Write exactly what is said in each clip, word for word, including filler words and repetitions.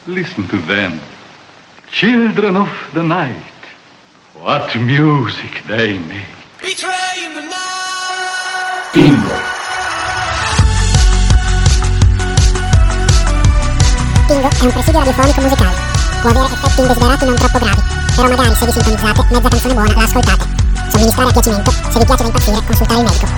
Listen to them, children of the night. What music they make. Betraying the night. Tingo. Tingo è un presidio radiofonico musicale. Può avere effetti indesiderati non troppo gravi, però magari se vi sintonizzate, mezza canzone buona la ascoltate. Somministrare a piacimento, se vi piace da impazzire, consultare il medico.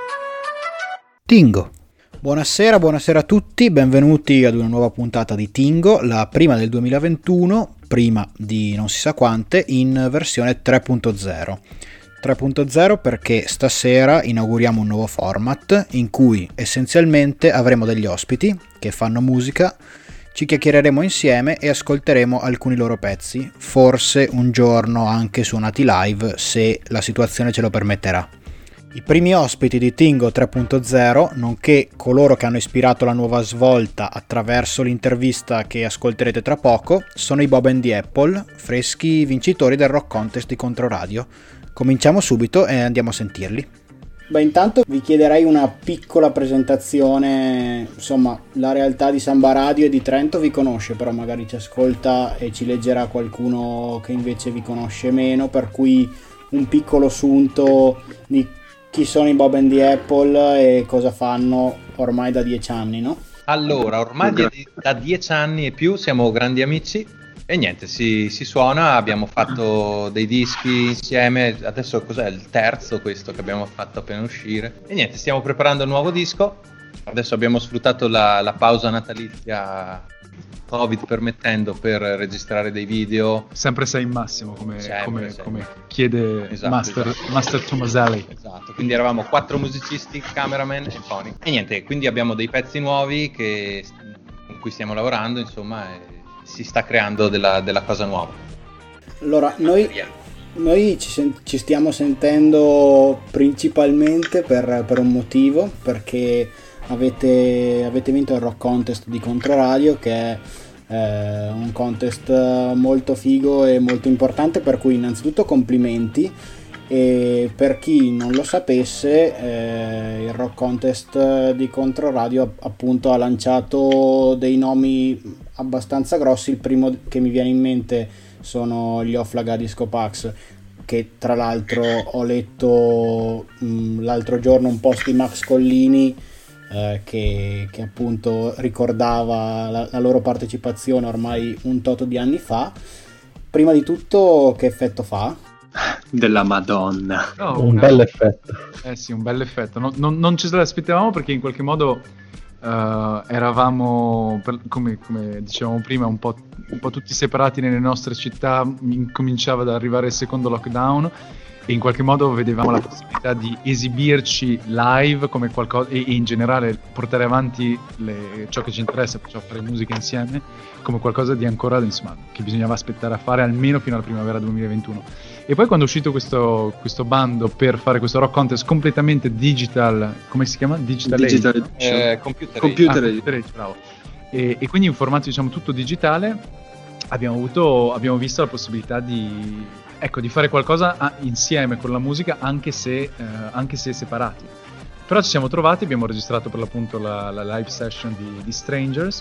Tingo. Buonasera, buonasera a tutti, benvenuti ad una nuova puntata di Tingo, la prima del duemilaventuno, prima di non si sa quante, in versione tre punto zero. tre punto zero perché stasera inauguriamo un nuovo format in cui essenzialmente avremo degli ospiti che fanno musica, ci chiacchiereremo insieme e ascolteremo alcuni loro pezzi, forse un giorno anche suonati live se la situazione ce lo permetterà. I primi ospiti di Tingo tre punto zero, nonché coloro che hanno ispirato la nuova svolta attraverso l'intervista che ascolterete tra poco, sono i Bob and the Apple, freschi vincitori del Rock Contest di Controradio. Cominciamo subito e andiamo a sentirli. Beh, intanto vi chiederei una piccola presentazione. Insomma, la realtà di Samba Radio e di Trento vi conosce, però magari ci ascolta e ci leggerà qualcuno che invece vi conosce meno, per cui un piccolo sunto di chi sono i Bob and the Apple e cosa fanno ormai da dieci anni, no? Allora, ormai da, da dieci anni e più siamo grandi amici e niente, si, si suona, abbiamo fatto dei dischi insieme, adesso cos'è il terzo questo che abbiamo fatto appena uscire e niente, stiamo preparando un nuovo disco, adesso abbiamo sfruttato la, la pausa natalizia, Covid permettendo, per registrare dei video. Sempre sei in massimo come, sempre, come, sempre. come chiede esatto, Master, esatto. Master Tomaselli. Esatto, quindi eravamo quattro musicisti, cameraman e Tony. E niente, quindi abbiamo dei pezzi nuovi che, con cui stiamo lavorando, insomma, e si sta creando della, della cosa nuova. Allora, noi, noi ci, sen- ci stiamo sentendo principalmente per, per un motivo, perché avete, avete vinto il Rock Contest di Controradio, che è eh, un contest molto figo e molto importante, per cui innanzitutto complimenti. E per chi non lo sapesse, eh, il Rock Contest di Controradio appunto ha lanciato dei nomi abbastanza grossi. Il primo che mi viene in mente sono gli Oflaga Disco Pax, che tra l'altro ho letto mh, l'altro giorno un post di Max Collini eh, che, che appunto ricordava la, la loro partecipazione ormai un tot di anni fa. Prima di tutto, che effetto fa? Della Madonna. No, un una... bel effetto. Eh sì, un bel effetto. Non, non, non ci aspettavamo perché in qualche modo uh, eravamo, per, come, come dicevamo prima, un po', un po' tutti separati nelle nostre città. Incominciava ad arrivare il secondo lockdown e in qualche modo vedevamo la possibilità di esibirci live come qualcosa, e, e in generale portare avanti le, ciò che ci interessa, cioè fare musica insieme, come qualcosa di ancora, insomma, che bisognava aspettare a fare almeno fino alla primavera duemilaventuno. E poi quando è uscito questo, questo bando per fare questo Rock Contest completamente digital, come si chiama? Digital, digital Age, no? eh, Computer, computer, ah, computer Age, bravo. E, e quindi in formato, diciamo, tutto digitale, abbiamo avuto, abbiamo visto la possibilità di, ecco, di fare qualcosa a, insieme con la musica, anche se, eh, anche se separati. Però ci siamo trovati, abbiamo registrato per l'appunto la, la live session di, di Strangers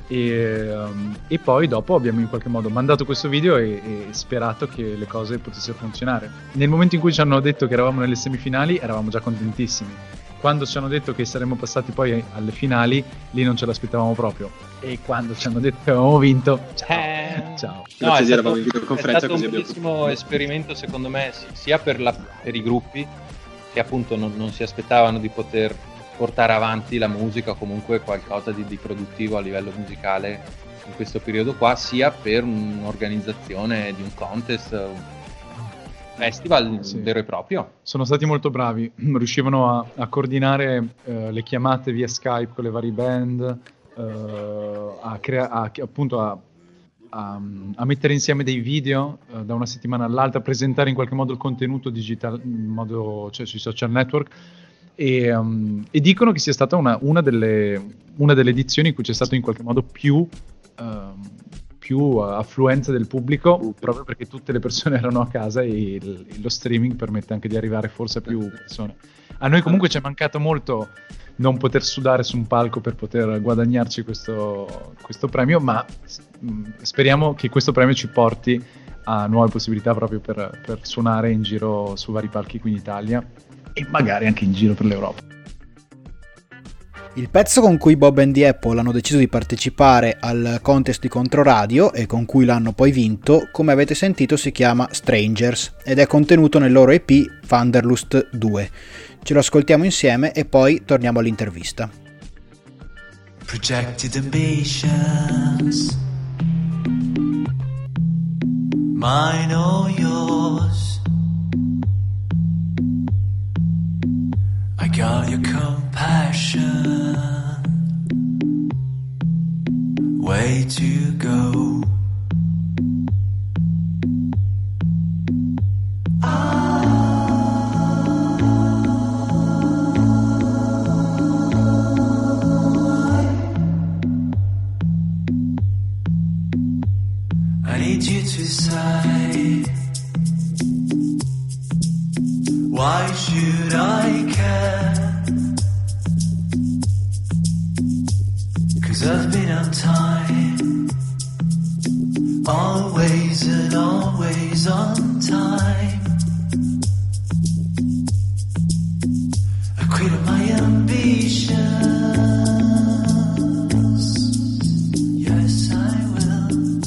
e, um, e poi dopo abbiamo in qualche modo mandato questo video e, e sperato che le cose potessero funzionare. Nel momento in cui ci hanno detto che eravamo nelle semifinali eravamo già contentissimi. Quando ci hanno detto che saremmo passati poi alle finali, lì non ce l'aspettavamo proprio. E quando ci hanno detto che avevamo vinto, ciao. Eh... ciao. No, è stato, in videoconferenza, è stato così un abbiamo... bellissimo esperimento, secondo me, sia per, la, per i gruppi che appunto non, non si aspettavano di poter portare avanti la musica o comunque qualcosa di, di produttivo a livello musicale in questo periodo qua, sia per un'organizzazione di un contest, un festival sì. vero e proprio. Sono stati molto bravi, riuscivano a, a coordinare eh, le chiamate via Skype con le varie band, eh, a crea- a, appunto a, a, a mettere insieme dei video eh, da una settimana all'altra, presentare in qualche modo il contenuto digitale in modo, cioè, sui social network. E, um, e dicono che sia stata una, una, delle, una delle edizioni in cui c'è stato in qualche modo più, um, più affluenza del pubblico, proprio perché tutte le persone erano a casa e il, lo streaming permette anche di arrivare forse a più persone. A noi comunque ci è mancato molto non poter sudare su un palco per poter guadagnarci questo, questo premio, ma speriamo che questo premio ci porti a nuove possibilità proprio per, per suonare in giro su vari palchi qui in Italia e magari anche in giro per l'Europa. Il pezzo con cui Bob and the Apple hanno deciso di partecipare al contest di Controradio e con cui l'hanno poi vinto, come avete sentito, si chiama Strangers ed è contenuto nel loro E P Wanderlust due. Ce lo ascoltiamo insieme e poi torniamo all'intervista. Projected ambitions, mine or yours, I got your compassion, way to go. Why should I care? 'Cause I've been on time, always and always on time. I quit on my ambitions, yes I will.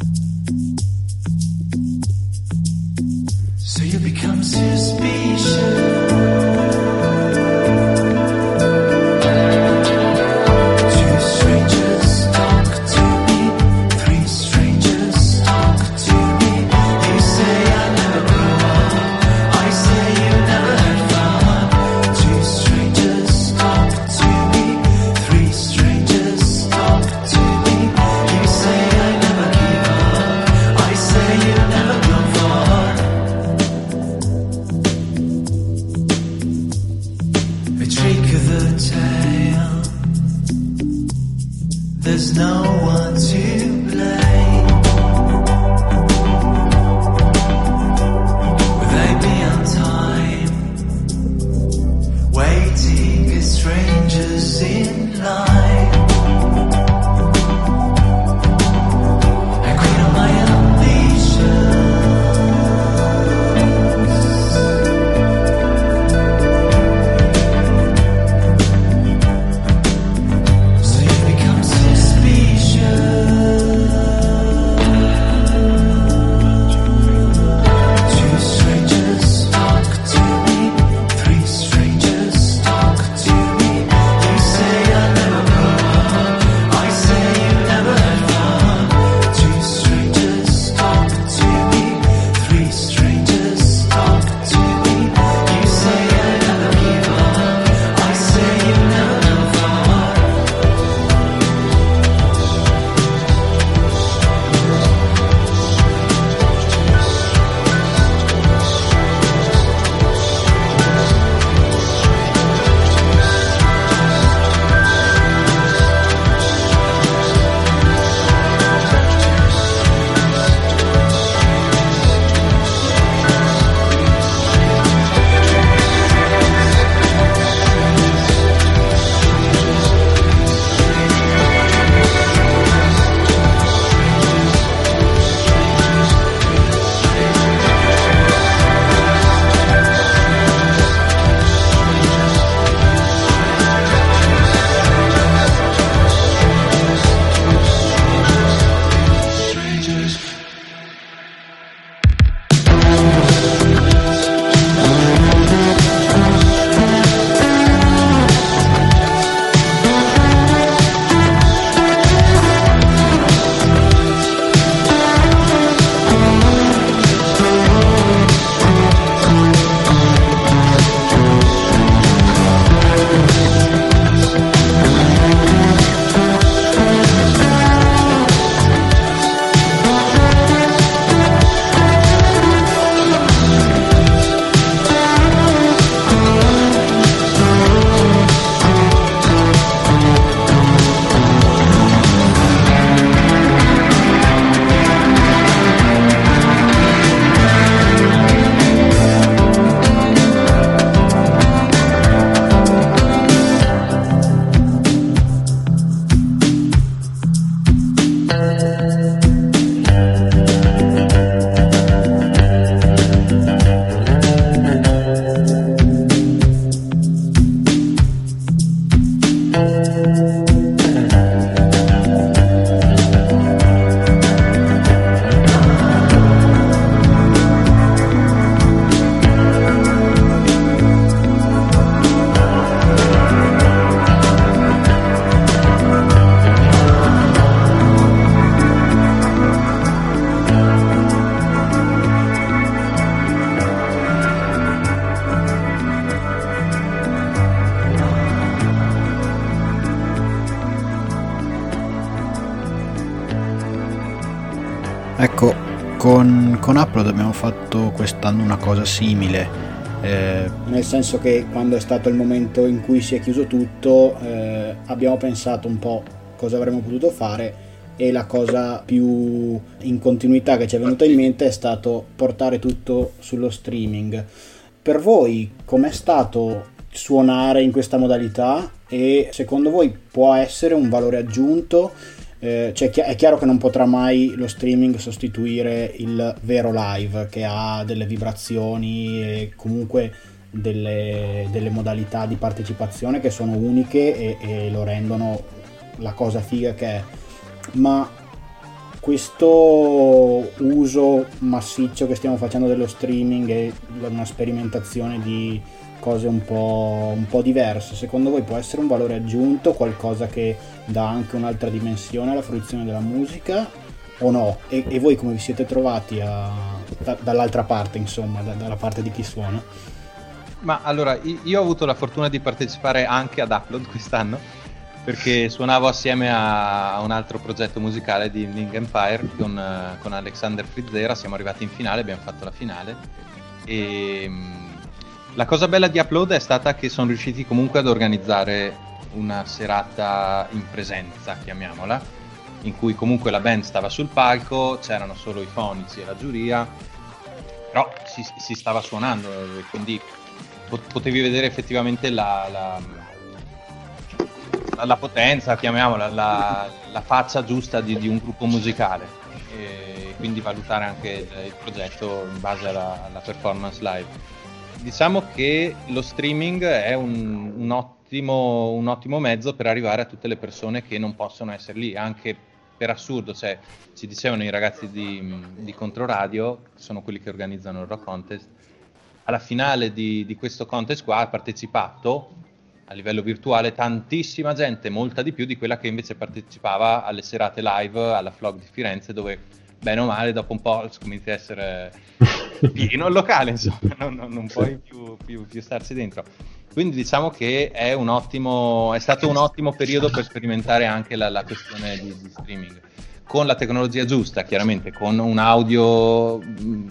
So you become suspicious. There's no one to blame. Will they be on time? Waiting as strangers in line. I quit on my ambitions. Never Ecco, con, con Upload abbiamo fatto quest'anno una cosa simile. Eh, nel senso che quando è stato il momento in cui si è chiuso tutto, eh, abbiamo pensato un po' cosa avremmo potuto fare, e la cosa più in continuità che ci è venuta in mente è stato portare tutto sullo streaming. Per voi com'è stato suonare in questa modalità, e secondo voi può essere un valore aggiunto? Eh, cioè, è chiaro che non potrà mai lo streaming sostituire il vero live, che ha delle vibrazioni e comunque delle, delle modalità di partecipazione che sono uniche e, e lo rendono la cosa figa che è. Ma questo uso massiccio che stiamo facendo dello streaming e una sperimentazione di cose un po', un po' diverse, secondo voi può essere un valore aggiunto, qualcosa che dà anche un'altra dimensione alla fruizione della musica, o no? E, e voi come vi siete trovati a, da, dall'altra parte, insomma, da, dalla parte di chi suona? Ma allora, io ho avuto la fortuna di partecipare anche ad Upload quest'anno, perché suonavo assieme a un altro progetto musicale di Evening Empire con, con Alexander Frizzera. Siamo arrivati in finale, abbiamo fatto la finale, e la cosa bella di Upload è stata che sono riusciti comunque ad organizzare una serata in presenza, chiamiamola, in cui comunque la band stava sul palco, c'erano solo i fonici e la giuria, però si, si stava suonando, quindi potevi vedere effettivamente la, la, la, la potenza, chiamiamola, la, la faccia giusta di, di un gruppo musicale, e quindi valutare anche il, il progetto in base alla, alla performance live. Diciamo che lo streaming è un, un, ottimo, un ottimo mezzo per arrivare a tutte le persone che non possono essere lì, anche per assurdo, cioè ci dicevano i ragazzi di, di Controradio, che sono quelli che organizzano il Rock Contest, alla finale di, di questo contest qua ha partecipato a livello virtuale tantissima gente, molta di più di quella che invece partecipava alle serate live alla Flog di Firenze, dove bene o male dopo un po' cominci a essere pieno il locale, insomma, non, non, non puoi più, più, più starci dentro. Quindi diciamo che è un ottimo, è stato un ottimo periodo per sperimentare anche la, la questione di, di streaming, con la tecnologia giusta, chiaramente, con un audio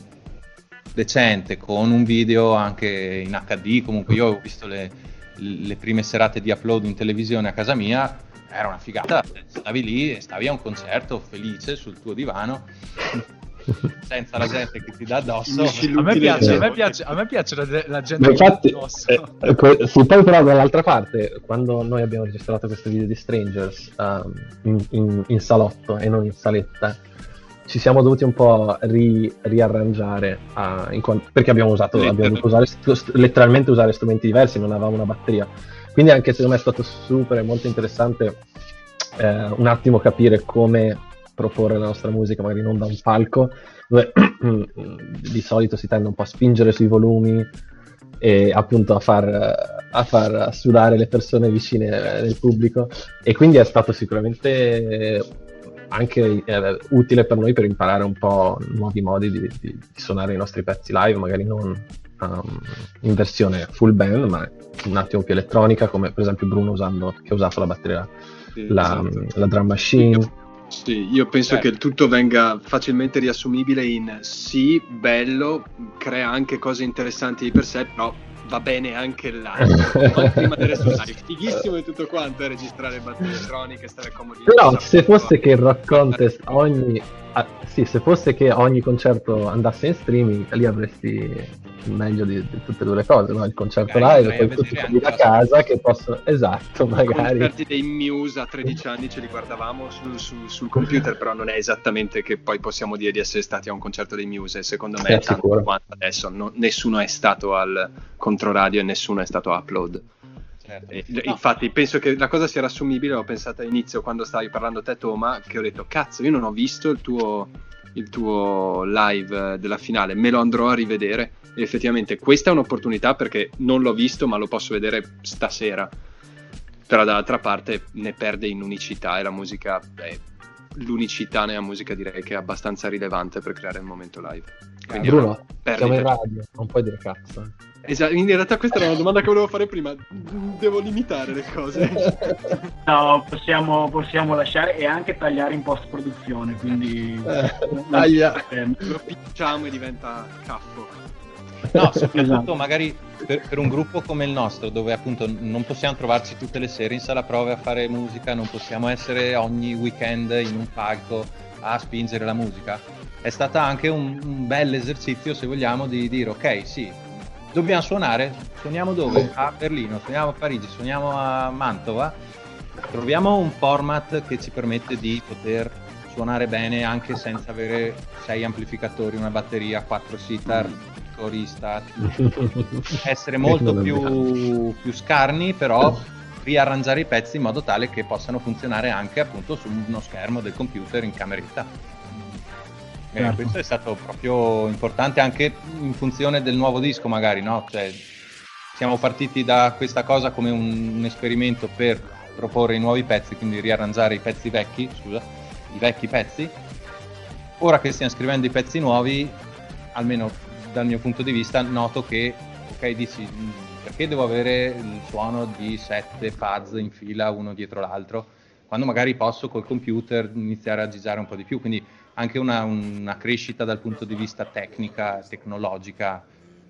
decente, con un video anche in acca di. Comunque io ho visto le, le prime serate di Upload in televisione a casa mia, era una figata, stavi lì e stavi a un concerto felice sul tuo divano senza la gente che ti dà addosso. A me piace, a me piace, a me piace la, la gente ma infatti, che ti dà addosso. Eh, sì, poi però dall'altra parte, quando noi abbiamo registrato questo video di Strangers um, in, in, in salotto e non in saletta, ci siamo dovuti un po' ri, riarrangiare a, in quanto, perché abbiamo usato abbiamo dovuto usare, letteralmente usare strumenti diversi, non avevamo una batteria. Quindi anche secondo me è stato super, molto interessante eh, un attimo capire come proporre la nostra musica, magari non da un palco, dove di solito si tende un po' a spingere sui volumi e appunto a far, a far sudare le persone vicine nel pubblico, e quindi è stato sicuramente anche eh, utile per noi per imparare un po' nuovi modi di, di, di suonare i nostri pezzi live, magari non um, in versione full band, ma un attimo più elettronica, come per esempio Bruno usando, che ha usato la batteria, sì, la, esatto. la drum machine. Sì, io penso certo. che il tutto venga facilmente riassumibile in sì, bello, crea anche cose interessanti di per sé, però va bene anche il live. Non prima del resto live, fighissimo e tutto quanto, è registrare batterie elettroniche, stare comodi. Però se fosse che il Rock Contest ogni ah, sì, se fosse che ogni concerto andasse in streaming, lì avresti il meglio di, di tutte e due le cose, no? Il concerto okay, live e poi tutti quelli da casa che possono, esatto, magari. I concerti dei Muse a tredici anni ce li guardavamo sul, sul, sul computer, però non è esattamente che poi possiamo dire di essere stati a un concerto dei Muse, secondo me è tanto quanto adesso no, nessuno è stato al Controradio e nessuno è stato a Upload. Certo. E, no. Infatti penso che la cosa sia riassumibile, l'ho pensata all'inizio quando stavi parlando te Toma, che ho detto cazzo io non ho visto il tuo, il tuo live della finale, me lo andrò a rivedere, e effettivamente questa è un'opportunità perché non l'ho visto ma lo posso vedere stasera, però dall'altra parte ne perde in unicità e la musica è l'unicità nella musica direi che è abbastanza rilevante per creare il momento live. Quindi Bruno, siamo in radio, non puoi dire cazzo. Esatto, in realtà questa era una domanda che volevo fare prima, devo limitare le cose. No, possiamo, possiamo lasciare e anche tagliare in post-produzione, quindi... Eh, taglia! Lo picciamo e diventa caffo. No, soprattutto esatto. Magari per, per un gruppo come il nostro, dove appunto non possiamo trovarci tutte le sere in sala prove a fare musica, non possiamo essere ogni weekend in un palco a spingere la musica, è stata anche un, un bel esercizio, se vogliamo, di dire ok, sì, dobbiamo suonare, suoniamo dove? A Berlino, suoniamo a Parigi, suoniamo a Mantova, troviamo un format che ci permette di poter suonare bene anche senza avere sei amplificatori, una batteria, quattro sitar, corista, essere molto più, più scarni, però riarrangiare i pezzi in modo tale che possano funzionare anche appunto su uno schermo del computer in cameretta. E certo. Questo è stato proprio importante anche in funzione del nuovo disco, magari, no? Cioè, siamo partiti da questa cosa come un, un esperimento per proporre i nuovi pezzi, quindi riarrangiare i pezzi vecchi, scusa, i vecchi pezzi. Ora che stiamo scrivendo i pezzi nuovi, almeno dal mio punto di vista, noto che, ok, dici, perché devo avere il suono di sette fuzz in fila uno dietro l'altro, quando magari posso col computer iniziare a girare un po' di più, quindi anche una, una crescita dal punto di vista tecnica, tecnologica,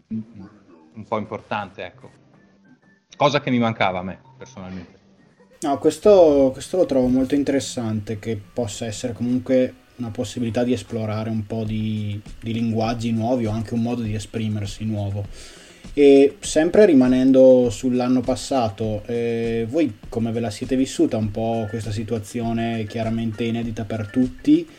un po' importante, ecco. Cosa che mi mancava a me, personalmente. No, questo, questo lo trovo molto interessante, che possa essere comunque una possibilità di esplorare un po' di, di linguaggi nuovi o anche un modo di esprimersi nuovo. E sempre rimanendo sull'anno passato, eh, voi come ve la siete vissuta un po' questa situazione chiaramente inedita per tutti?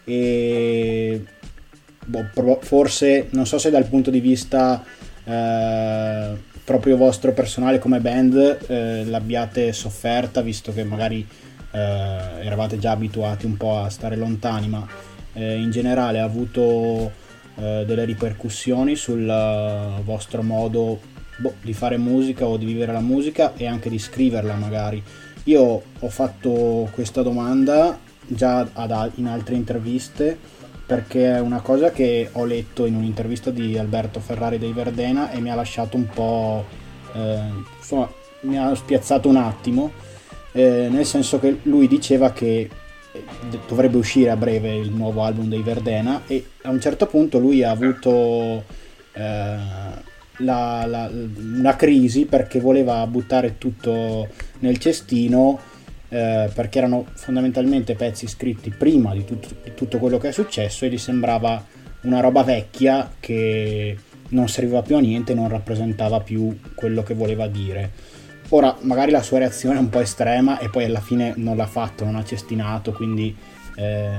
E boh, forse non so se dal punto di vista eh, proprio vostro personale come band eh, l'abbiate sofferta, visto che magari eh, eravate già abituati un po' a stare lontani, ma eh, in generale ha avuto eh, delle ripercussioni sul uh, vostro modo boh, di fare musica o di vivere la musica e anche di scriverla magari. Io ho fatto questa domanda già ad, in altre interviste, perché è una cosa che ho letto in un'intervista di Alberto Ferrari dei Verdena e mi ha lasciato un po' eh, insomma mi ha spiazzato un attimo, eh, nel senso che lui diceva che dovrebbe uscire a breve il nuovo album dei Verdena e a un certo punto lui ha avuto eh, la, la, una crisi perché voleva buttare tutto nel cestino. Eh, perché erano fondamentalmente pezzi scritti prima di, tut- di tutto quello che è successo e gli sembrava una roba vecchia che non serviva più a niente, non rappresentava più quello che voleva dire. Ora magari la sua reazione è un po' estrema e poi alla fine non l'ha fatto, non ha cestinato, quindi eh,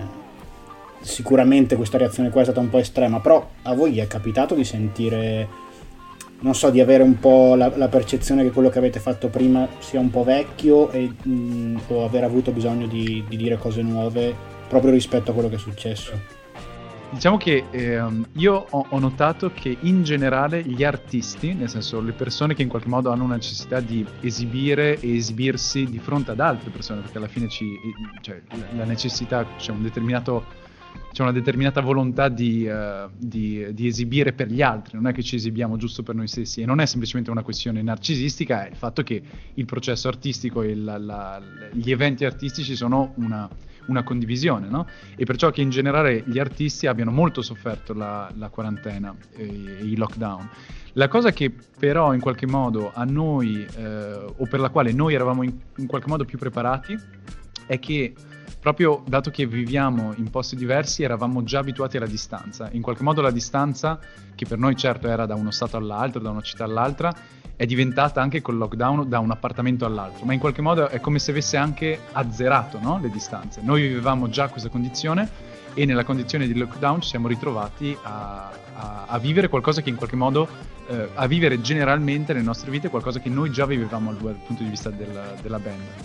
sicuramente questa reazione qua è stata un po' estrema, però a voi è capitato di sentire, non so, di avere un po' la, la percezione che quello che avete fatto prima sia un po' vecchio e, mh, o aver avuto bisogno di, di dire cose nuove proprio rispetto a quello che è successo? Diciamo che ehm, io ho, ho notato che in generale gli artisti, nel senso le persone che in qualche modo hanno una necessità di esibire e esibirsi di fronte ad altre persone, perché alla fine ci, cioè, la necessità, c'è un determinato c'è una determinata volontà di, uh, di, di esibire per gli altri, non è che ci esibiamo giusto per noi stessi, e non è semplicemente una questione narcisistica, è il fatto che il processo artistico e la, la, gli eventi artistici sono una, una condivisione, no? E perciò che in generale gli artisti abbiano molto sofferto la, la quarantena e, e i lockdown. La cosa che però in qualche modo a noi, eh, o per la quale noi eravamo in, in qualche modo più preparati, è che proprio dato che viviamo in posti diversi, eravamo già abituati alla distanza. In qualche modo la distanza, che per noi certo era da uno stato all'altro, da una città all'altra, è diventata anche col lockdown da un appartamento all'altro, ma in qualche modo è come se avesse anche azzerato, no? Le distanze. Noi vivevamo già questa condizione e nella condizione di lockdown ci siamo ritrovati a, a, a vivere qualcosa che in qualche modo, eh, a vivere generalmente nelle nostre vite qualcosa che noi già vivevamo dal punto di vista del, della band.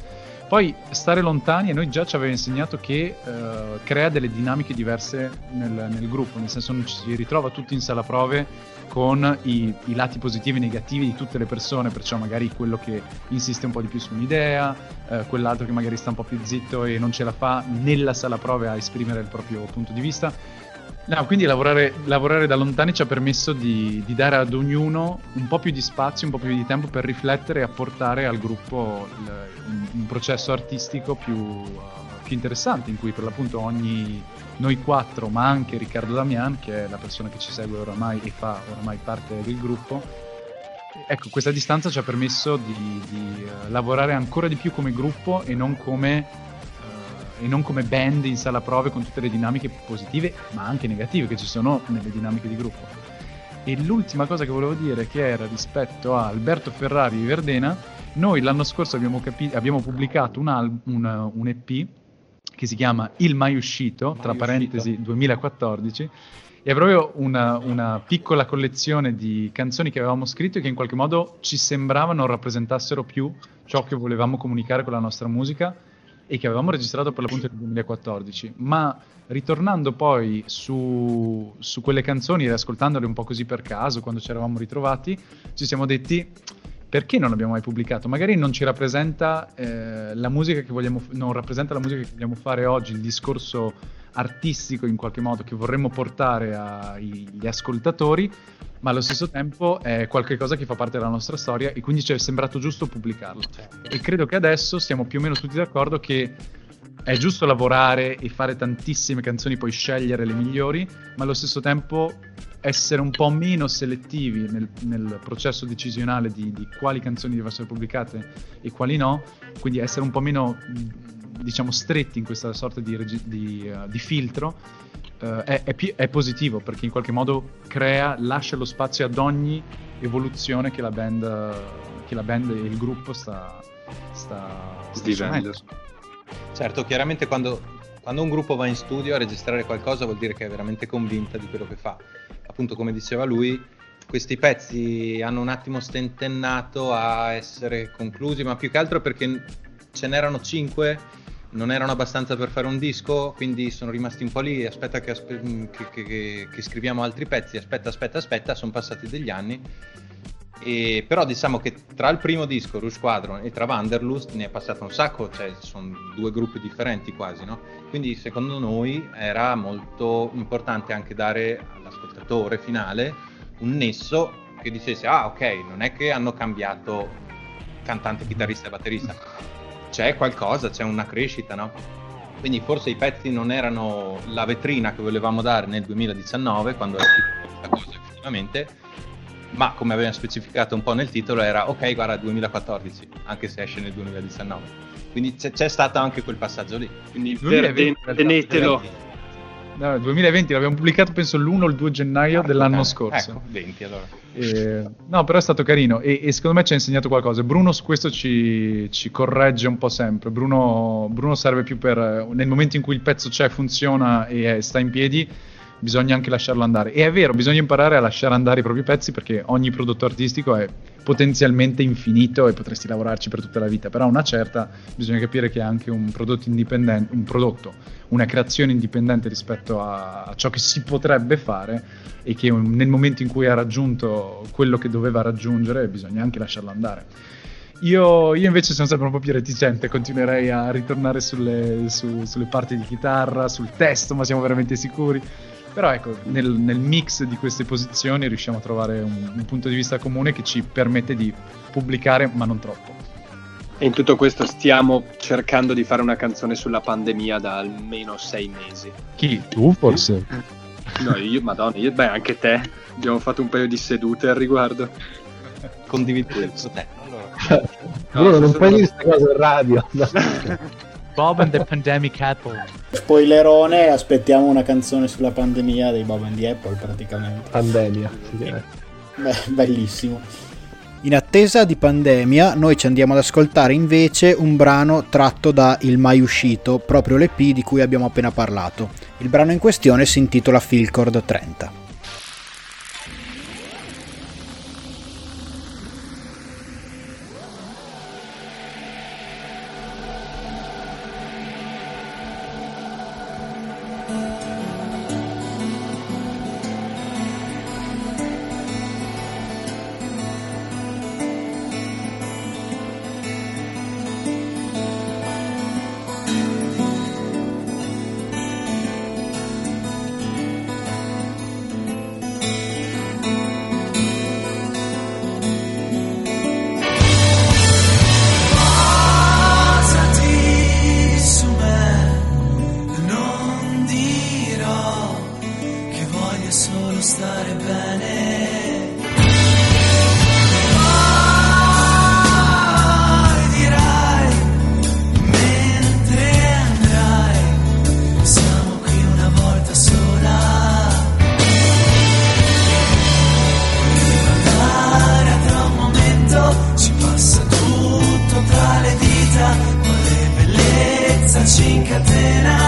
Poi stare lontani, a noi già ci aveva insegnato che uh, crea delle dinamiche diverse nel, nel gruppo, nel senso non ci si ritrova tutti in sala prove con i, i lati positivi e negativi di tutte le persone, perciò magari quello che insiste un po' di più su un'idea, uh, quell'altro che magari sta un po' più zitto e non ce la fa nella sala prove a esprimere il proprio punto di vista. No, quindi lavorare, lavorare da lontani ci ha permesso di, di dare ad ognuno un po' più di spazio, un po' più di tempo per riflettere e apportare al gruppo il, un, un processo artistico più, uh, più interessante, in cui per l'appunto ogni, noi quattro, ma anche Riccardo Damian, che è la persona che ci segue oramai e fa oramai parte del gruppo, ecco, questa distanza ci ha permesso di, di uh, lavorare ancora di più come gruppo e non come... e non come band in sala prove con tutte le dinamiche positive ma anche negative che ci sono nelle dinamiche di gruppo. E l'ultima cosa che volevo dire, che era rispetto a Alberto Ferrari di Verdena, noi l'anno scorso abbiamo, capi- abbiamo pubblicato un, al- un, un E P che si chiama Il Mai Uscito, mai tra uscito. parentesi duemilaquattordici, e è proprio una, una piccola collezione di canzoni che avevamo scritto e che in qualche modo ci sembravano rappresentassero più ciò che volevamo comunicare con la nostra musica e che avevamo registrato per l'appunto nel duemilaquattordici, ma ritornando poi su, su quelle canzoni e ascoltandole un po' così per caso, quando ci eravamo ritrovati, ci siamo detti: perché non l'abbiamo mai pubblicato? Magari non ci rappresenta eh, la musica che vogliamo, non rappresenta la musica che vogliamo fare oggi, il discorso artistico in qualche modo che vorremmo portare agli ascoltatori, ma allo stesso tempo è qualcosa che fa parte della nostra storia e quindi ci è sembrato giusto pubblicarlo. E credo che adesso stiamo più o meno tutti d'accordo che è giusto lavorare e fare tantissime canzoni, poi scegliere le migliori, ma allo stesso tempo essere un po' meno selettivi nel, nel processo decisionale di, di quali canzoni devono essere pubblicate e quali no, quindi essere un po' meno, diciamo, stretti in questa sorta di, di, uh, di filtro. Uh, è, è, pi- è positivo perché in qualche modo crea, lascia lo spazio ad ogni evoluzione che la band, uh, che la band e il gruppo sta, sta, sta vivendo. Certo, chiaramente quando, quando un gruppo va in studio a registrare qualcosa vuol dire che è veramente convinta di quello che fa. Appunto, come diceva lui, questi pezzi hanno un attimo stentennato a essere conclusi, ma più che altro perché ce n'erano cinque, non erano abbastanza per fare un disco, quindi sono rimasti un po' lì, aspetta che, aspe- che, che, che, che scriviamo altri pezzi, aspetta, aspetta, aspetta, sono passati degli anni. E però diciamo che tra il primo disco, Rouge Squadron, e tra Wanderlust ne è passato un sacco, cioè sono due gruppi differenti quasi, no? Quindi secondo noi era molto importante anche dare all'ascoltatore finale un nesso che dicesse: ah, ok, non è che hanno cambiato cantante, chitarrista e batterista, c'è qualcosa, c'è una crescita, no? Quindi forse i pezzi non erano la vetrina che volevamo dare nel duemiladiciannove, quando era questa cosa effettivamente, ma come abbiamo specificato un po' nel titolo era: ok, guarda, duemilaquattordici, anche se esce nel duemiladiciannove. Quindi c'è, c'è stato anche quel passaggio lì. Quindi tenetelo. No, duemilaventi l'abbiamo pubblicato penso l'primo o il due gennaio ah, dell'anno eh, scorso. Ecco, venti allora. Eh, no, però è stato carino e, e secondo me ci ha insegnato qualcosa. Bruno su questo ci, ci corregge un po' sempre. Bruno, Bruno serve più per, nel momento in cui il pezzo c'è, funziona e è, sta in piedi, bisogna anche lasciarlo andare. E è vero, bisogna imparare a lasciare andare i propri pezzi, perché ogni prodotto artistico è potenzialmente infinito e potresti lavorarci per tutta la vita, però a una certa bisogna capire che è anche un prodotto indipendente, un prodotto, una creazione indipendente rispetto a, a ciò che si potrebbe fare, e che nel momento in cui ha raggiunto quello che doveva raggiungere bisogna anche lasciarlo andare. Io, io invece sono sempre un po' più reticente, continuerei a ritornare sulle, su, sulle parti di chitarra, sul testo, ma siamo veramente sicuri? Però ecco, nel, nel mix di queste posizioni riusciamo a trovare un, un punto di vista comune che ci permette di pubblicare, ma non troppo. E in tutto questo stiamo cercando di fare una canzone sulla pandemia da almeno sei mesi. Chi? Tu forse? No, io, madonna, io, beh, anche te. Abbiamo fatto un paio di sedute al riguardo. Condividi questo te. Allora. No, Bruno, non puoi dire queste cose in radio. No. Bob and the Pandemic Apple. Spoilerone, aspettiamo una canzone sulla pandemia dei Bob and the Apple praticamente. Pandemia. Beh, bellissimo. In attesa di Pandemia, noi ci andiamo ad ascoltare invece un brano tratto da Il Mai Uscito, proprio l'E P di cui abbiamo appena parlato. Il brano in questione si intitola Philcord trenta. ci incatena.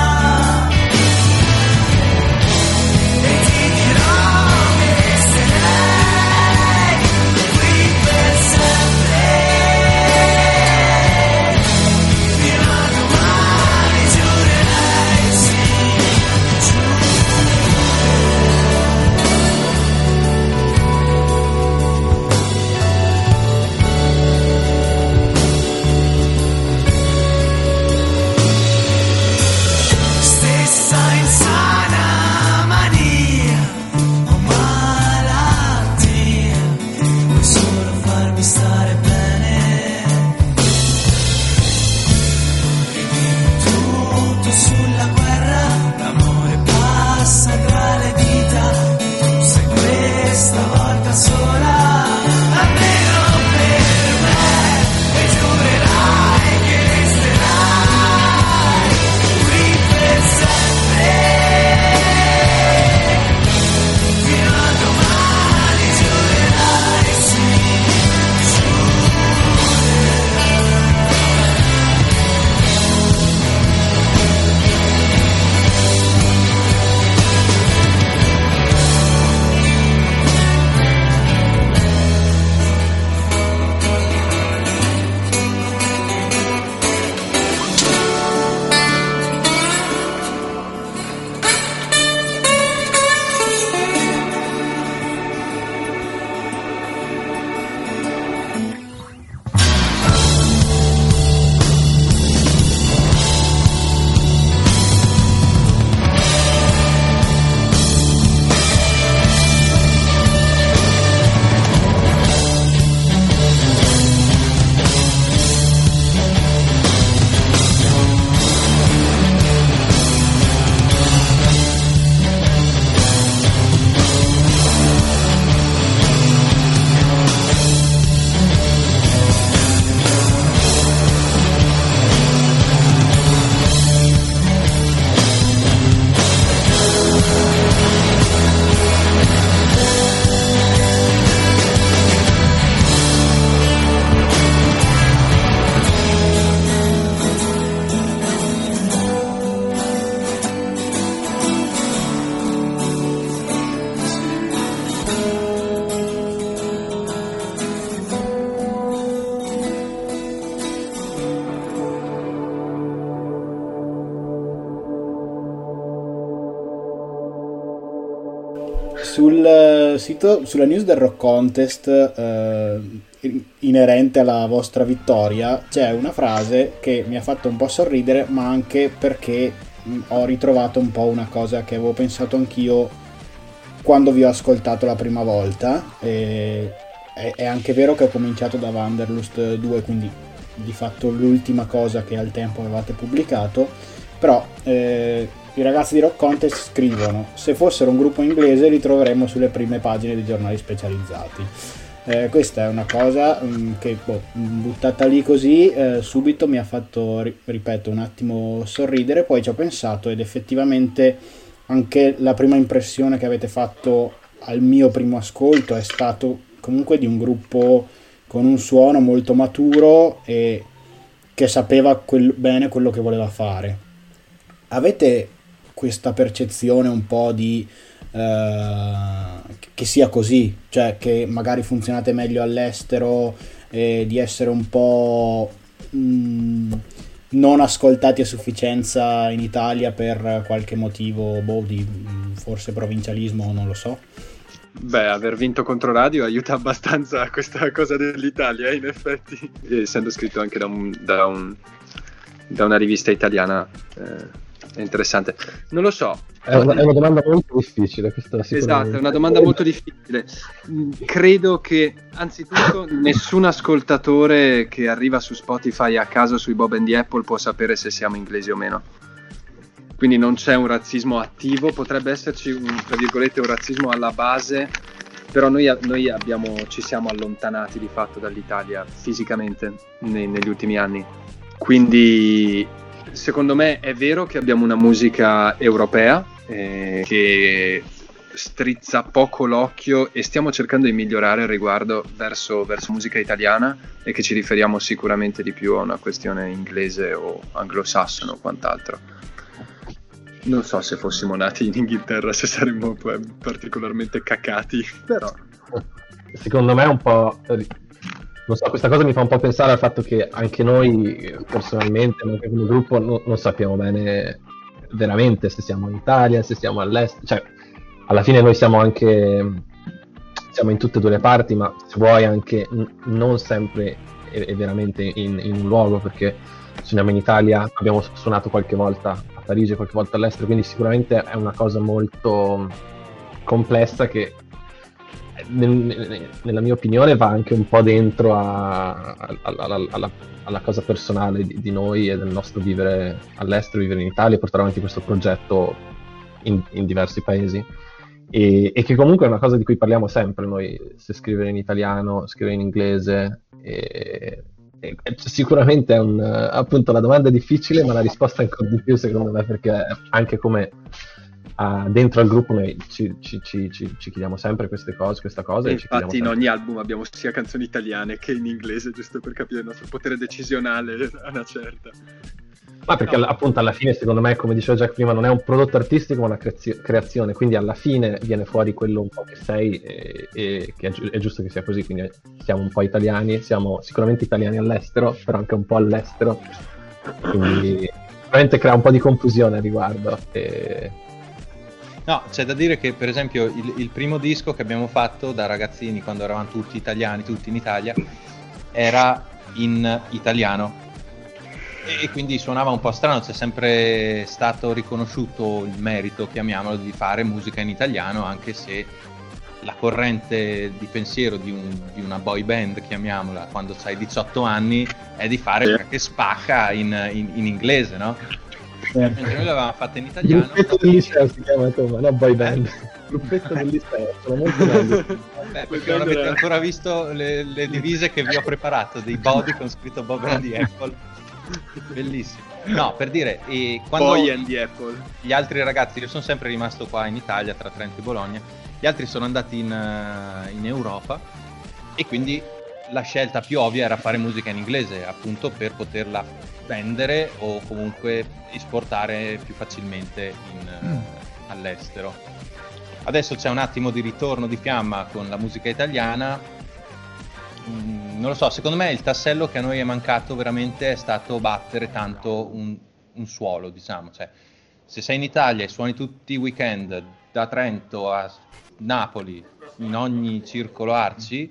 Sul sito, sulla news del Rock Contest eh, inerente alla vostra vittoria c'è una frase che mi ha fatto un po' sorridere, ma anche perché ho ritrovato un po' una cosa che avevo pensato anch'io quando vi ho ascoltato la prima volta. E è, è anche vero che ho cominciato da Wanderlust due, quindi di fatto l'ultima cosa che al tempo avevate pubblicato, però eh, i ragazzi di Rock Contest scrivono: se fossero un gruppo inglese li troveremmo sulle prime pagine dei giornali specializzati. Eh, questa è una cosa mh, che boh, buttata lì così eh, subito mi ha fatto, ri- ripeto, un attimo sorridere. Poi ci ho pensato ed effettivamente anche la prima impressione che avete fatto al mio primo ascolto è stato comunque di un gruppo con un suono molto maturo e che sapeva quel- bene quello che voleva fare. Avete questa percezione un po' di uh, che sia così, cioè che magari funzionate meglio all'estero e di essere un po' mh, non ascoltati a sufficienza in Italia per qualche motivo, boh, di mh, forse provincialismo, non lo so? Beh, aver vinto Controradio aiuta abbastanza questa cosa dell'Italia, in effetti, essendo scritto anche da, un, da, un, da una rivista italiana. Eh. È interessante, non lo so. È una, è una domanda molto difficile questa. Esatto, è una domanda molto difficile. Credo che anzitutto nessun ascoltatore che arriva su Spotify a caso sui Bob and the Apple può sapere se siamo inglesi o meno. Quindi non c'è un razzismo attivo, potrebbe esserci un, tra virgolette, un razzismo alla base, però noi, noi abbiamo, ci siamo allontanati di fatto dall'Italia fisicamente nei, negli ultimi anni. Quindi secondo me è vero che abbiamo una musica europea eh, che strizza poco l'occhio e stiamo cercando di migliorare il riguardo verso, verso musica italiana, e che ci riferiamo sicuramente di più a una questione inglese o anglosassone o quant'altro. Non so se fossimo nati in Inghilterra se saremmo particolarmente cacati, però secondo me è un po', non so, questa cosa mi fa un po' pensare al fatto che anche noi personalmente, ma anche come gruppo, no, non sappiamo bene veramente se siamo in Italia, se siamo all'estero, cioè alla fine noi siamo anche siamo in tutte e due le parti, ma se vuoi anche n- non sempre è, è veramente in, in un luogo, perché suoniamo in Italia, abbiamo suonato qualche volta a Parigi, qualche volta all'estero, quindi sicuramente è una cosa molto complessa che nel, nella mia opinione va anche un po' dentro a, a, a, alla, alla, alla cosa personale di, di noi e del nostro vivere all'estero, vivere in Italia e portare avanti questo progetto in, in diversi paesi, e, e che comunque è una cosa di cui parliamo sempre noi, se scrivere in italiano, scrivere in inglese, e, e sicuramente è un, appunto la domanda è difficile, ma la risposta è ancora di più secondo me, perché anche come Uh, dentro al gruppo noi ci, ci, ci, ci, ci chiediamo sempre queste cose, questa cosa. E e infatti ci in sempre... ogni album abbiamo sia canzoni italiane che in inglese, giusto per capire il nostro potere decisionale a una certa. Ma perché no. appunto alla fine, secondo me, come diceva Jack prima, non è un prodotto artistico ma una creazio- creazione, quindi alla fine viene fuori quello un po' che sei, e, e che è, gi- è giusto che sia così, quindi siamo un po' italiani, siamo sicuramente italiani all'estero, però anche un po' all'estero, quindi sicuramente crea un po' di confusione a riguardo. E... No, c'è da dire che per esempio il, il primo disco che abbiamo fatto da ragazzini, quando eravamo tutti italiani, tutti in Italia, era in italiano e quindi suonava un po' strano. C'è sempre stato riconosciuto il merito, chiamiamolo, di fare musica in italiano, anche se la corrente di pensiero di, un, di una boy band, chiamiamola, quando hai diciotto anni, è di fare quella che spacca in, in, in inglese, no? Mentre noi l'avevamo fatta in italiano. Gruppetto del liceo si chiama, insomma, no boy band. Gruppetto del liceo, sono molto belli. Beh, perché non avete ancora visto le, le divise che vi ho preparato, dei body con scritto Bob and the Apple. Bellissimo. No, per dire, e quando Boy and the Apple. Gli altri ragazzi, io sono sempre rimasto qua in Italia, tra Trento e Bologna, gli altri sono andati in, in Europa, e quindi la scelta più ovvia era fare musica in inglese, appunto per poterla vendere o comunque esportare più facilmente in, mm. all'estero. Adesso c'è un attimo di ritorno di fiamma con la musica italiana. Mm, non lo so, secondo me il tassello che a noi è mancato veramente è stato battere tanto un, un suolo, diciamo. Cioè, se sei in Italia e suoni tutti i weekend da Trento a Napoli, in ogni circolo Arci,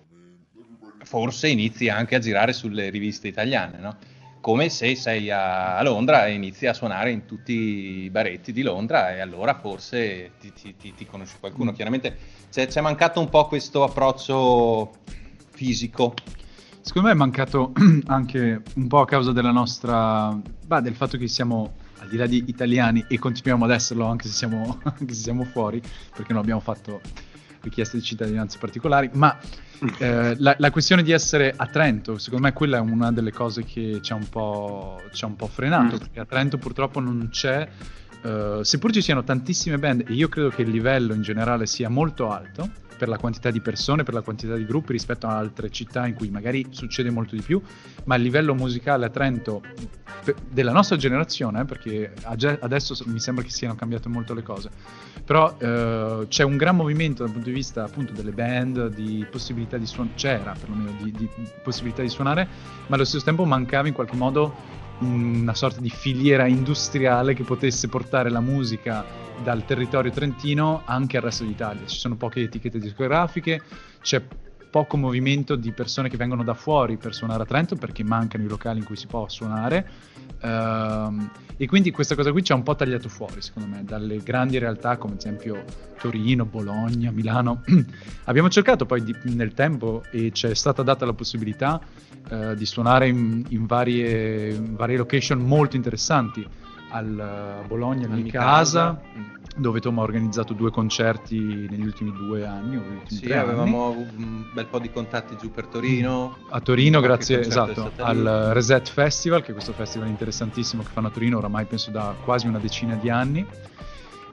forse inizi anche a girare sulle riviste italiane, no? Come se sei a Londra e inizi a suonare in tutti i baretti di Londra, e allora forse ti, ti, ti, ti conosci qualcuno. Chiaramente c'è, c'è mancato un po' questo approccio fisico. Secondo me è mancato anche un po' a causa della nostra, bah, del fatto che siamo al di là di italiani e continuiamo ad esserlo anche se siamo, anche se siamo fuori, perché non abbiamo fatto richieste di cittadinanza particolari, ma eh, la, la questione di essere a Trento, secondo me quella è una delle cose che ci ha un po', ci ha un po' frenato, mm. perché a Trento purtroppo non c'è, uh, seppur ci siano tantissime band, e io credo che il livello in generale sia molto alto per la quantità di persone, per la quantità di gruppi rispetto a altre città in cui magari succede molto di più, ma il livello musicale a Trento della nostra generazione, perché adesso mi sembra che siano cambiate molto le cose, però eh, c'è un gran movimento dal punto di vista appunto delle band, di possibilità di suonare, c'era perlomeno di, di possibilità di suonare, ma allo stesso tempo mancava in qualche modo una sorta di filiera industriale che potesse portare la musica dal territorio trentino anche al resto d'Italia. Ci sono poche etichette discografiche, c'è poco movimento di persone che vengono da fuori per suonare a Trento, perché mancano i locali in cui si può suonare, uh, e quindi questa cosa qui ci ha un po' tagliato fuori, secondo me, dalle grandi realtà come ad esempio Torino, Bologna, Milano. Abbiamo cercato poi di, nel tempo, e ci è stata data la possibilità uh, di suonare in, in, varie, in varie location molto interessanti, al Bologna, a Mi Casa, dove Tom ha organizzato due concerti negli ultimi due anni o negli ultimi sì, tre avevamo anni. un bel po' di contatti giù per Torino. A Torino, grazie esatto, al Reset Festival, che è questo festival interessantissimo che fanno a Torino oramai penso da quasi una decina di anni.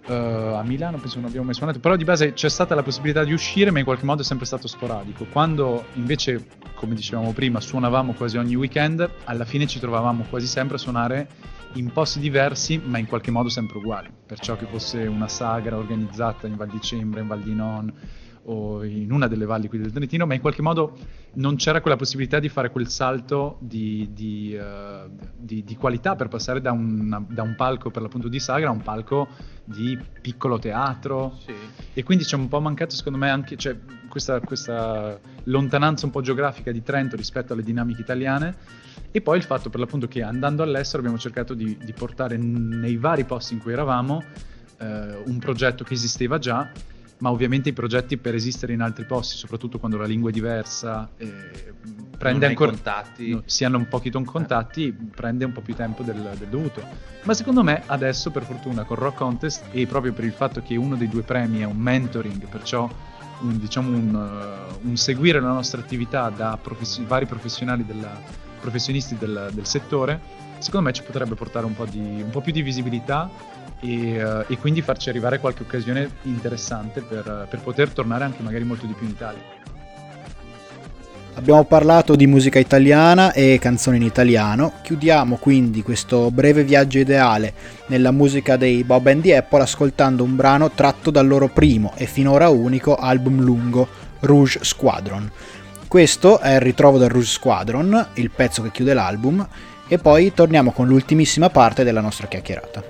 Uh, a Milano penso non abbiamo mai suonato, però di base c'è stata la possibilità di uscire, ma in qualche modo è sempre stato sporadico. Quando invece, come dicevamo prima, suonavamo quasi ogni weekend, alla fine ci trovavamo quasi sempre a suonare in posti diversi, ma in qualche modo sempre uguali. Perciò che fosse una sagra organizzata in Val di Cembra, in Val di Non o in una delle valli qui del Trentino, ma in qualche modo non c'era quella possibilità di fare quel salto di, di, uh, di, di qualità per passare da un, da un palco per l'appunto di sagra a un palco di piccolo teatro. Sì. E quindi c'è un po' mancato secondo me anche, cioè, questa, questa lontananza un po' geografica di Trento rispetto alle dinamiche italiane, e poi il fatto per l'appunto che andando all'estero abbiamo cercato di, di portare nei vari posti in cui eravamo eh, un progetto che esisteva già, ma ovviamente i progetti per esistere in altri posti, soprattutto quando la lingua è diversa, eh, prende ancora contatti. No, si hanno un pochino contatti, eh. prende un po' più tempo del, del dovuto. Ma secondo me adesso, per fortuna, con Rock Contest, e proprio per il fatto che uno dei due premi è un mentoring, perciò un, diciamo un, uh, un seguire la nostra attività da profes- vari professionali della, professionisti del, del settore, secondo me ci potrebbe portare un po', di, un po' più di visibilità. E, uh, e quindi farci arrivare qualche occasione interessante per, per poter tornare anche magari molto di più in Italia. Abbiamo parlato di musica italiana e canzoni in italiano, chiudiamo quindi questo breve viaggio ideale nella musica dei Bob and the Apple ascoltando un brano tratto dal loro primo e finora unico album lungo, Rouge Squadron. Questo è il ritrovo del Rouge Squadron, il pezzo che chiude l'album, e poi torniamo con l'ultimissima parte della nostra chiacchierata.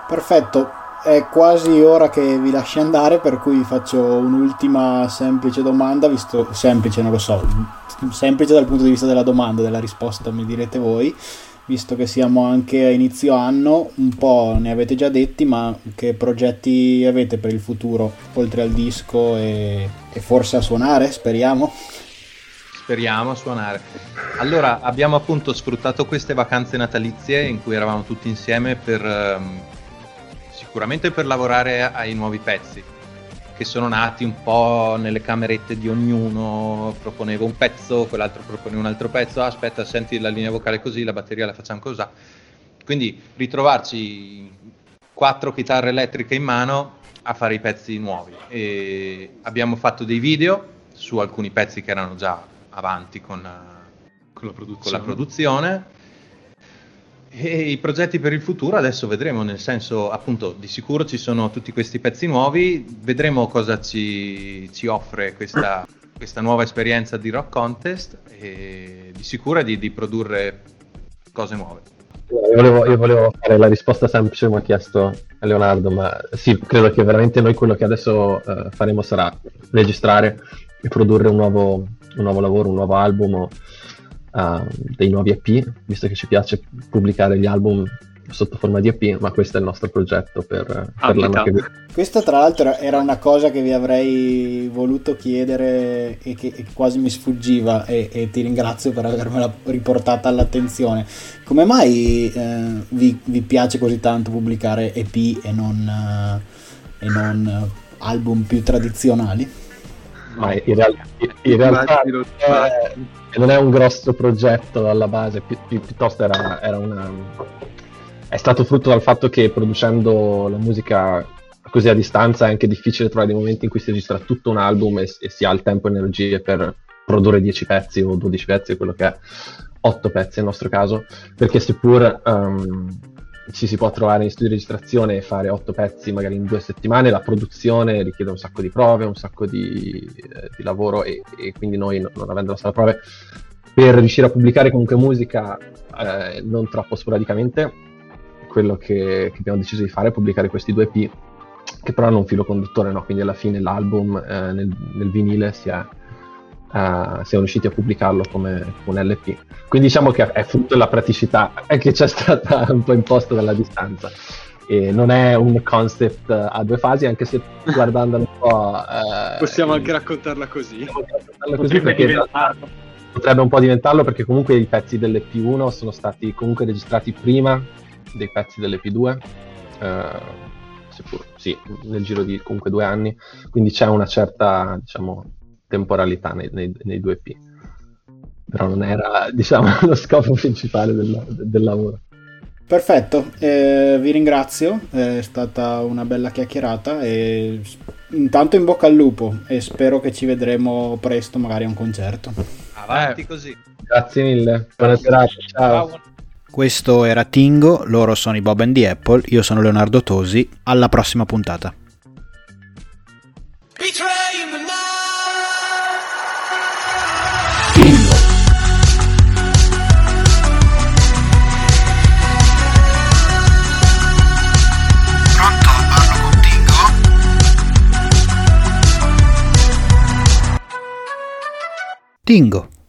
Perfetto, è quasi ora che vi lasci andare, per cui faccio un'ultima semplice domanda, visto semplice, non lo so, semplice dal punto di vista della domanda, della risposta mi direte voi, visto che siamo anche a inizio anno, un po' ne avete già detti, ma che progetti avete per il futuro, oltre al disco e, e forse a suonare, speriamo? Speriamo a suonare. Allora, abbiamo appunto sfruttato queste vacanze natalizie in cui eravamo tutti insieme per um, sicuramente per lavorare ai nuovi pezzi, che sono nati un po' nelle camerette di ognuno. Proponevo un pezzo, quell'altro proponeva un altro pezzo, ah, aspetta, senti la linea vocale così, la batteria la facciamo così. Quindi ritrovarci quattro chitarre elettriche in mano a fare i pezzi nuovi. E abbiamo fatto dei video su alcuni pezzi che erano già avanti con, con, la, produzione. con la produzione e i progetti per il futuro adesso vedremo, nel senso, appunto, di sicuro ci sono tutti questi pezzi nuovi, vedremo cosa ci, ci offre questa, questa nuova esperienza di Rock Contest, e di sicuro è di, di produrre cose nuove. Io volevo, io volevo fare la risposta semplice che mi ha chiesto a Leonardo, ma sì, credo che veramente noi quello che adesso uh, faremo sarà registrare e produrre un nuovo, un nuovo lavoro, un nuovo album, o, uh, dei nuovi E P, visto che ci piace pubblicare gli album sotto forma di E P, ma questo è il nostro progetto per, per l'anno che viene. Questa tra l'altro era una cosa che vi avrei voluto chiedere e che, e quasi mi sfuggiva, e, e ti ringrazio per avermela riportata all'attenzione. Come mai eh, vi, vi piace così tanto pubblicare E P e non, uh, e non uh, album più tradizionali? Ma in, real- in realtà eh, non è un grosso progetto alla base, pi- pi- piuttosto era, era una... è stato frutto dal fatto che producendo la musica così a distanza è anche difficile trovare dei momenti in cui si registra tutto un album e, e si ha il tempo e energie per produrre dieci pezzi o dodici pezzi, quello che è otto pezzi nel nostro caso, perché seppur um, ci si può trovare in studio di registrazione e fare otto pezzi magari in due settimane, la produzione richiede un sacco di prove, un sacco di, eh, di lavoro, e, e quindi noi, non avendo la sala prove, per riuscire a pubblicare comunque musica eh, non troppo sporadicamente, quello che, che abbiamo deciso di fare è pubblicare questi due E P, che però hanno un filo conduttore, no? Quindi alla fine l'album eh, nel, nel vinile si è, uh, siamo riusciti a pubblicarlo come, come un L P. Quindi diciamo che è frutto della praticità che c'è stata un po' imposta dalla distanza. E non è un concept a due fasi, anche se guardando un po'... Uh, possiamo anche raccontarla così. Raccontarla così perché potrebbe un po' diventarlo, perché comunque i pezzi dell'E P uno sono stati comunque registrati prima dei pezzi dell'E P due, uh, seppur, sì, nel giro di comunque due anni, quindi c'è una certa, diciamo, temporalità nei, nei, nei due E P, però non era, diciamo, lo scopo principale del, del lavoro. Perfetto, eh, vi ringrazio, è stata una bella chiacchierata e intanto in bocca al lupo, e spero che ci vedremo presto magari a un concerto. Avanti così. Grazie mille, buona serata, ciao. ciao. Questo era Tingo, loro sono i Bob and the Apple, io sono Leonardo Tosi, alla prossima puntata. Tingo. Pronto? Parlo con Tingo? Tingo.